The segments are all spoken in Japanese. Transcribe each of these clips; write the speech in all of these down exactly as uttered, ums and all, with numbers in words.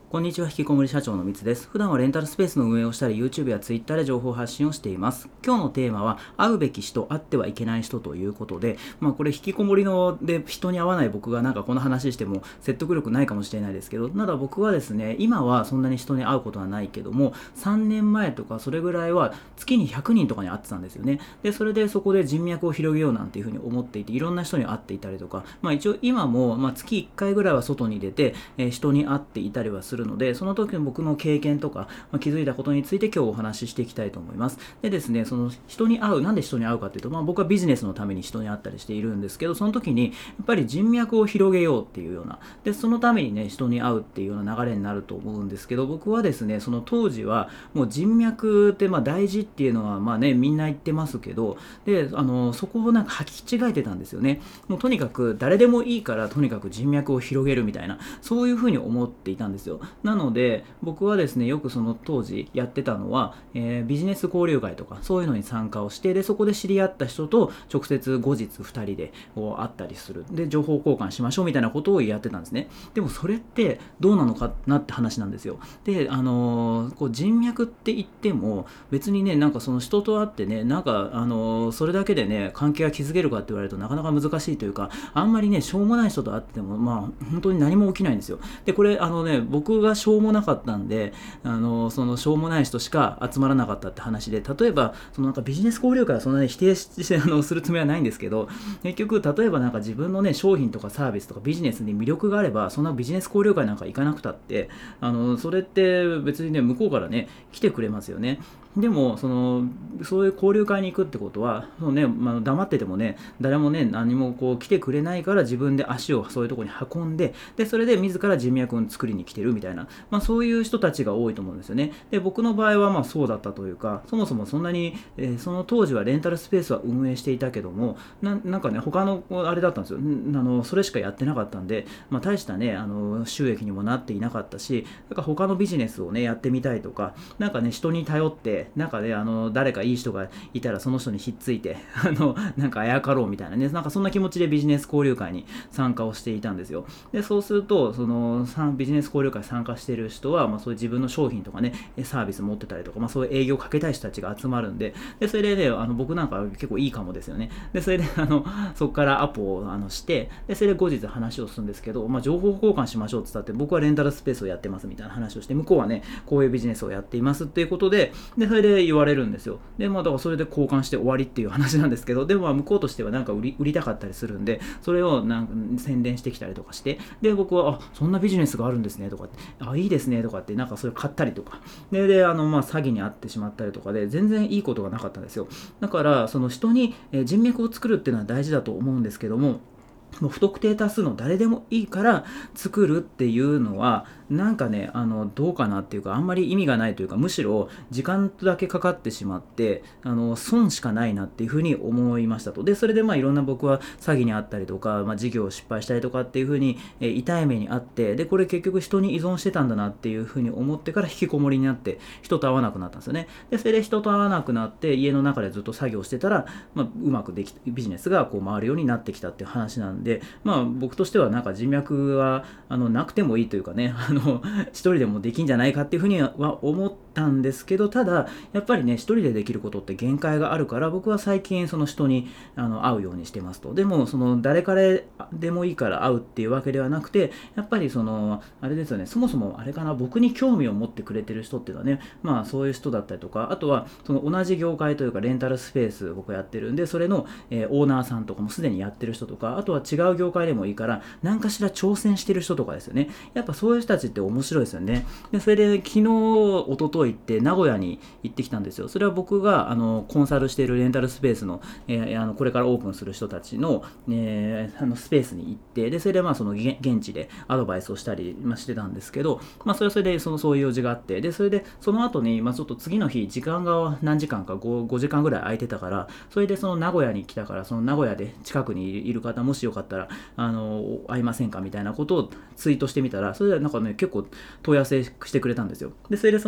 こんにちは、引きこもり社長のみつです。普段はレンタルスペースの運営をしたり、YouTube や Twitter で情報発信をしています。今日のテーマは、会うべき人、会ってはいけない人ということで、まあこれ引きこもりので人に会わない僕がなんかこの話しても説得力ないかもしれないですけど、ただ僕はですね、今はそんなに人に会うことはないけども、さんねんまえとかそれぐらいは月にひゃくにんとかに会ってたんですよね。で、それでそこで人脈を広げようなんていうふうに思っていて、いろんな人に会っていたりとか、まあ一応今も、まあ、月いっかいぐらいは外に出て、えー人に会っていたりはするので、その時の僕の経験とか、まあ、気づいたことについて今日お話ししていきたいと思います。でですね、その人に会う、なんで人に会うかっていうと、まあ、僕はビジネスのために人に会ったりしているんですけど、その時にやっぱり人脈を広げようっていうような、でそのためにね、人に会うっていうような流れになると思うんですけど、僕はですね、その当時はもう人脈ってまあ大事っていうのはまあね、みんな言ってますけど、であのそこをなんか履き違えてたんですよね。もうとにかく誰でもいいからとにかく人脈を広げるみたいな、そういうふうに思っていたんですよ。なので僕はですね、よくその当時やってたのは、えービジネス交流会とかそういうのに参加をして、でそこで知り合った人と直接後日ふたりでこう会ったりする、で情報交換しましょうみたいなことをやってたんですね。でもそれってどうなのかなって話なんですよ。で、あのーこう人脈って言っても別にね、なんかその人と会ってね、なんかあのーそれだけでね関係が築けるかって言われるとなかなか難しいというか、あんまりねしょうもない人と会ってもまあ本当に何も起きないんですよ。でこれあのね、僕がしょうもなかったんで、あのそのしょうもない人しか集まらなかったって話で、例えばそのなんかビジネス交流会はそんなに否定してあのするつもりはないんですけど、結局例えばなんか自分のね商品とかサービスとかビジネスに魅力があれば、そんなビジネス交流会なんか行かなくたって、あのそれって別にね向こうからね来てくれますよね。でもそのそういう交流会に行くってことはその、ねまあ、黙っててもね誰もね何もこう来てくれないから、自分で足をそういうところに運んで、でそれで自ら人脈を作りに来てるみたいな、まあ、そういう人たちが多いと思うんですよね。で僕の場合はまあそうだったというか、そもそもそんなに、えーその当時はレンタルスペースは運営していたけども、ななんかね他のあれだったんですよ。んあのそれしかやってなかったんで、まあ、大したねあの収益にもなっていなかったし、なんか他のビジネスをねやってみたいとか、なんかね人に頼ってなんかねあの誰かいい人がいたらその人にひっついてあのなんかあやかろうみたいなね、なんかそんな気持ちでビジネス交流会に参加をしていたんですよ。でそうするとそのビジネス交流会参加している人は、まあ、そういう自分の商品とかねサービス持ってたりとか、まあ、そういう営業をかけたい人たちが集まるんで、でそれで、ね、あの僕なんか結構いいかもですよね。でそれであのそこからアポをあのして、でそれで後日話をするんですけど、まあ、情報交換しましょうって言ったって、僕はレンタルスペースをやってますみたいな話をして、向こうはねこういうビジネスをやっていますっていうことで、でそれで言われるんですよ。でまあだからそれで交換して終わりっていう話なんですけど、でもまあ向こうとしてはなんか売り売りたかったりするんで、それをなんか宣伝してきたりとかして、で僕はあそんなビジネスがあるんですねとかって、あいいですねとかって、なんかそれ買ったりとかで、であのまあ詐欺に遭ってしまったりとかで、全然いいことがなかったんですよ。だからその人にえー人脈を作るっていうのは大事だと思うんですけども、もう不特定多数の誰でもいいから作るっていうのはなんかねあのどうかなっていうか、あんまり意味がないというか、むしろ時間だけかかってしまってあの損しかないなっていうふうに思いましたと。でそれでまあいろんな僕は詐欺にあったりとか、まあ、事業を失敗したりとかっていうふうに、えー痛い目にあって、でこれ結局人に依存してたんだなっていうふうに思ってから引きこもりになって人と会わなくなったんですよね。でそれで人と会わなくなって家の中でずっと作業してたら、まあ、うまくできビジネスがこう回るようになってきたっていう話なんで、まあ僕としてはなんか人脈はあのなくてもいいというかね、あの一人でもできんじゃないかっていうふうには思ったんですけど、ただやっぱりね一人でできることって限界があるから、僕は最近その人にあの会うようにしてますと。でもその誰彼でもいいから会うっていうわけではなくて、やっぱりそのあれですよね、そもそもあれかな、僕に興味を持ってくれてる人っていうのはね、まあそういう人だったりとか、あとはその同じ業界というかレンタルスペース僕やってるんで、それの、えーオーナーさんとかもすでにやってる人とか、あとは違う業界でもいいから何かしら挑戦してる人とかですよね。やっぱそういう人たちって面白いですよね。でそれで昨日一昨日って名古屋に行ってきたんですよ。それは僕があのコンサルしているレンタルスペースの、えーあのこれからオープンする人たちの、えーあのスペースに行って、でそれでまあその現地でアドバイスをしたり、まあ、してたんですけど、まあ、それはそれでそのそういう用事があって、でそれでその後に、まあ、ちょっと次の日時間が何時間か 5, 5時間ぐらい空いてたから、それでその名古屋に来たから、その名古屋で近くにいる方もしよかったらあの会いませんかみたいなことをツイートしてみたら、それでなんかね結構問い合わせしてくれたんですよ。でそれでそのよにん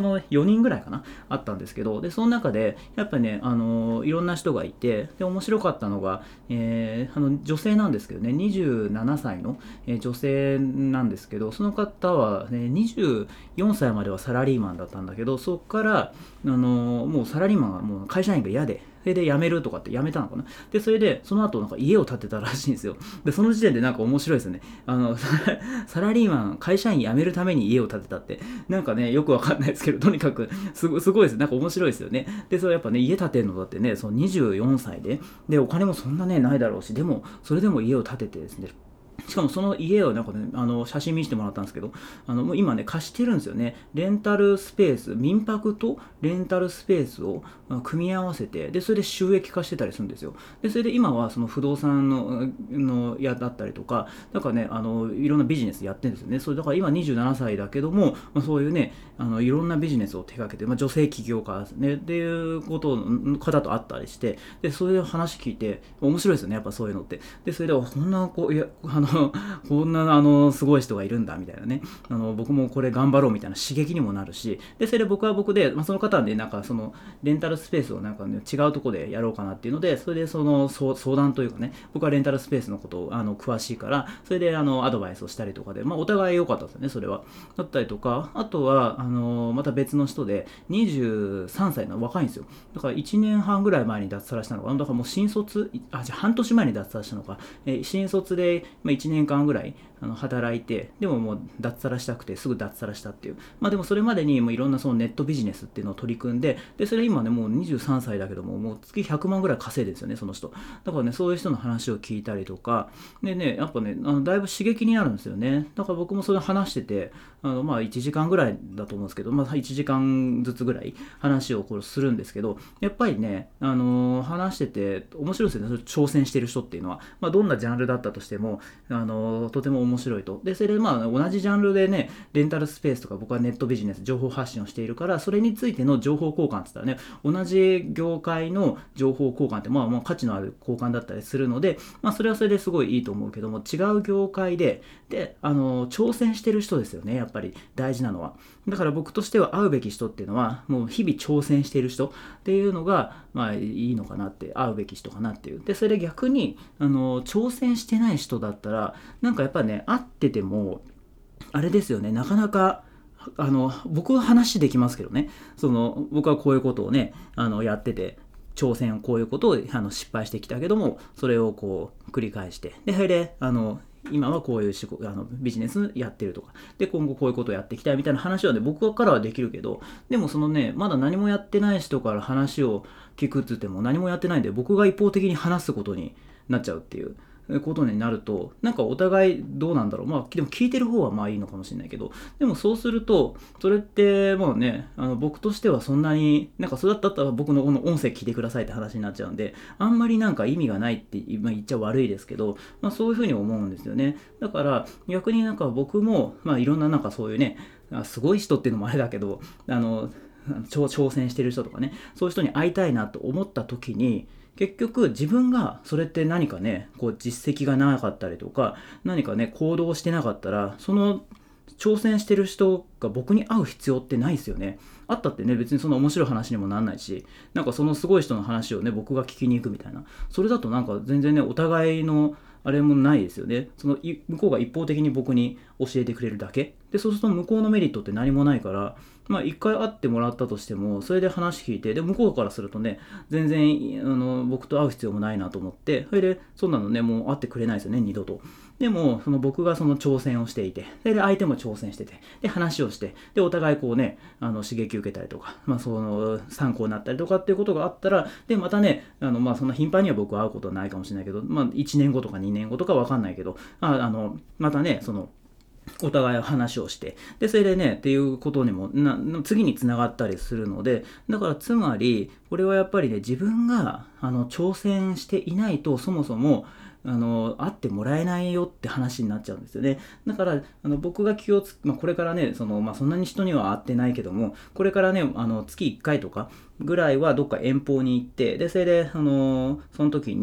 にんぐらいかなあったんですけど、でその中でやっぱりね、あのいろんな人がいて、で面白かったのが、えーあの女性なんですけどね、にじゅうななさいの、えー女性なんですけど、その方は、ね、にじゅうよんさいまではサラリーマンだったんだけど、そこからあのもうサラリーマンがもう会社員が嫌で、それで辞めるとかって辞めたのかな。でそれでその後なんか家を建てたらしいんですよ。でその時点でなんか面白いですよね。あのサラリーマン会社員辞めるために家を建てたって、なんかねよくわかんないですけど、とにかくすごすごいです。なんか面白いですよね。でそれやっぱね、家建てるのだってね、そのにじゅうよんさいででお金もそんなねないだろうし、でもそれでも家を建ててですね、しかもその家をなんか、ね、あの写真見せてもらったんですけど、あのもう今ね貸してるんですよね。レンタルスペース、民泊とレンタルスペースを組み合わせて、でそれで収益化してたりするんですよ。でそれで今はその不動産ののやだったりとか、だからね、あのいろんなビジネスやってるんですよね。それだから今にじゅうななさいだけども、まあ、そういうね、あのいろんなビジネスを手掛けて、まあ、女性起業家ですねっていうことの方と会ったりして、でそういう話聞いて面白いですよね、やっぱそういうのって。でそれでこんなこういやあのこんなあのすごい人がいるんだみたいなね、あの僕もこれ頑張ろうみたいな刺激にもなるし、でそれで僕は僕で、まあ、その方でなんかそのレンタルスペースをなんか、ね、違うところでやろうかなっていうので、それでその相談というかね、僕はレンタルスペースのことをあの詳しいから、それであのアドバイスをしたりとかで、まあ、お互い良かったですよね、それは。だったりとか、あとはあのまた別の人でにじゅうさんさいの若いんですよ。だからいちねんはんぐらい前に脱サラしたのかな。だからもう新卒、あ、じゃあ半年前に脱サラしたのか。えー新卒で、まあ、いちねんかんぐらいあの働いて、でももう脱サラしたくてすぐ脱サラしたっていう。まあでもそれまでにもういろんなそのネットビジネスっていうのを取り組んで、でそれ今ねもうにじゅうさんさいだけども、もう月ひゃくまんぐらい稼いでるんですよね、その人。だからね、そういう人の話を聞いたりとかでね、やっぱね、あのだいぶ刺激になるんですよね。だから僕もそれ話してて、あのまあいちじかんぐらいだと思うんですけど、まあいちじかんずつぐらい話をこうするんですけど、やっぱりね、あのー話してて面白いですよね。挑戦してる人っていうのは、まあ、どんなジャンルだったとしても、あのーとても面白いと。でそれでまあ同じジャンルでね、レンタルスペースとか、僕はネットビジネス情報発信をしているから、それについての情報交換って言ったらね、同じ業界の情報交換ってまあまあ価値のある交換だったりするので、まあそれはそれですごいいいと思うけども、違う業界でであのー挑戦してる人ですよね、やっぱり大事なのは。だから僕としては会うべき人っていうのは、もう日々挑戦している人っていうのがまあいいのかなって、会うべき人かなっていう。でそれで逆にあの挑戦してない人だったら、なんかやっぱね、会っててもあれですよね、なかなかあの僕は話できますけどね、その僕はこういうことをね、あのやってて、挑戦をこういうことをあの失敗してきたけども、それをこう繰り返して、でそれであの今はこういう仕事、あのビジネスやってるとかで、今後こういうことをやっていきたいみたいな話はね、僕からはできるけど、でもそのね、まだ何もやってない人から話を聞くって言っても何もやってないんで、僕が一方的に話すことになっちゃうっていうことになると、なんかお互いどうなんだろう。まあでも聞いてる方はまあいいのかもしれないけど、でもそうするとそれってもうね、あの僕としてはそんなになんかそれだったら僕のこの音声聞いてくださいって話になっちゃうんで、あんまりなんか意味がないって、まあ、言っちゃ悪いですけど、まあそういうふうに思うんですよね。だから逆になんか僕もまあいろんななんかそういうね、すごい人っていうのもあれだけど、あの挑戦してる人とかね、そういう人に会いたいなと思った時に、結局自分がそれって何かね、こう実績がなかったりとか、何かね行動してなかったら、その挑戦してる人が僕に会う必要ってないですよね。あったってね、別にその面白い話にもなんないし、なんかそのすごい人の話をね僕が聞きに行くみたいな、それだとなんか全然ね、お互いのあれもないですよね。その向こうが一方的に僕に教えてくれるだけで、そうすると向こうのメリットって何もないから、まあ一回会ってもらったとしても、それで話聞いて、で向こうからするとね、全然あの僕と会う必要もないなと思って、それでそんなのね、もう会ってくれないですよね、二度と。でもその僕がその挑戦をしていて、それで相手も挑戦してて、で話をして、でお互いこうね、あの刺激を受けたりとか、まあその参考になったりとかっていうことがあったら、でまたね、あのまあそんな頻繁には僕は会うことはないかもしれないけど、まあいちねんごとかにねんごとかわかんないけど、ああのまたね、そのお互い話をして、でそれでねっていうことにもな次につながったりするので、だからつまりこれはやっぱりね、自分があの挑戦していないと、そもそもあの会ってもらえないよって話になっちゃうんですよね。だからあの僕が気をつ、まあ、これからね、その、まあ、そんなに人には会ってないけども、これからね、あの月いっかいとかぐらいはどっか遠方に行って、でそれであのその時に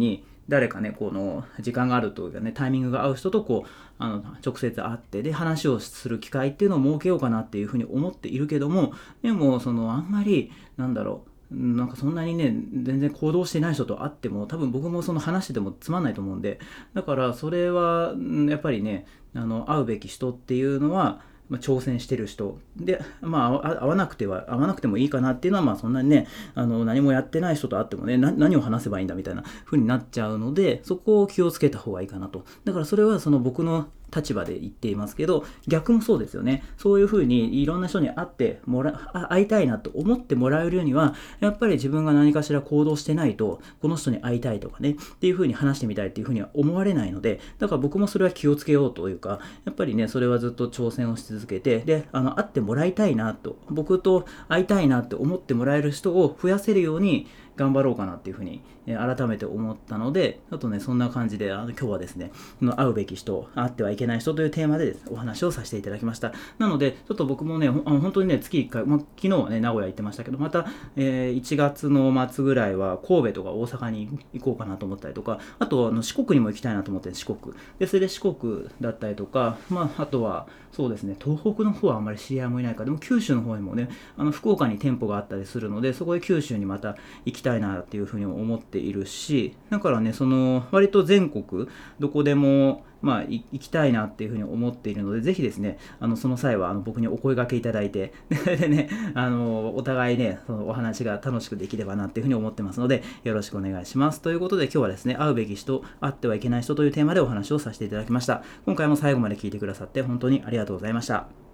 誰かねこの時間があるというかねタイミングが合う人とこうあの直接会ってで話をする機会っていうのを設けようかなっていうふうに思っているけども、でもそのあんまりなんだろうなんかそんなにね全然行動してない人と会っても多分僕もその話しててもつまんないと思うんで、だからそれはやっぱりねあの会うべき人っていうのはまあ、挑戦してる人で、まあ、合わなくては合わなくてもいいかなっていうのは、まあ、そんなにねあの何もやってない人と会ってもねな何を話せばいいんだみたいな風になっちゃうので、そこを気をつけた方がいいかなと。だからそれはその僕の立場で言っていますけど、逆もそうですよね。そういう風にいろんな人に会ってもら会いたいなと思ってもらえるには、やっぱり自分が何かしら行動してないとこの人に会いたいとかねっていう風に話してみたいっていう風には思われないので、だから僕もそれは気をつけようというか、やっぱりねそれはずっと挑戦をし続けて、であの会ってもらいたいなと、僕と会いたいなって思ってもらえる人を増やせるように頑張ろうかなっていうふうに、えー、改めて思ったので、あとねそんな感じであの今日はですね会うべき人会ってはいけない人というテーマでです、ね、お話をさせていただきました。なのでちょっと僕もねほあの本当にね月いっかい、まあ、昨日はね名古屋行ってましたけど、また、えー、いちがつの末ぐらいは神戸とか大阪に行こうかなと思ったりとか、あとあの四国にも行きたいなと思って四国で、それで四国だったりとか、まあ、あとはそうですね東北の方はあんまり知り合いもいないか、でも九州の方にもねあの福岡に店舗があったりするので、そこで九州にまた行きたいなっていうふうに思っているし、だからねその割と全国どこでもまあ行きたいなっていうふうに思っているので、ぜひですねあのその際はあの僕にお声掛けいただいてでねあのお互いねそのお話が楽しくできればなっていうふうに思ってますので、よろしくお願いします。ということで今日はですね会うべき人会ってはいけない人というテーマでお話をさせていただきました。今回も最後まで聞いてくださって本当にありがとうございました。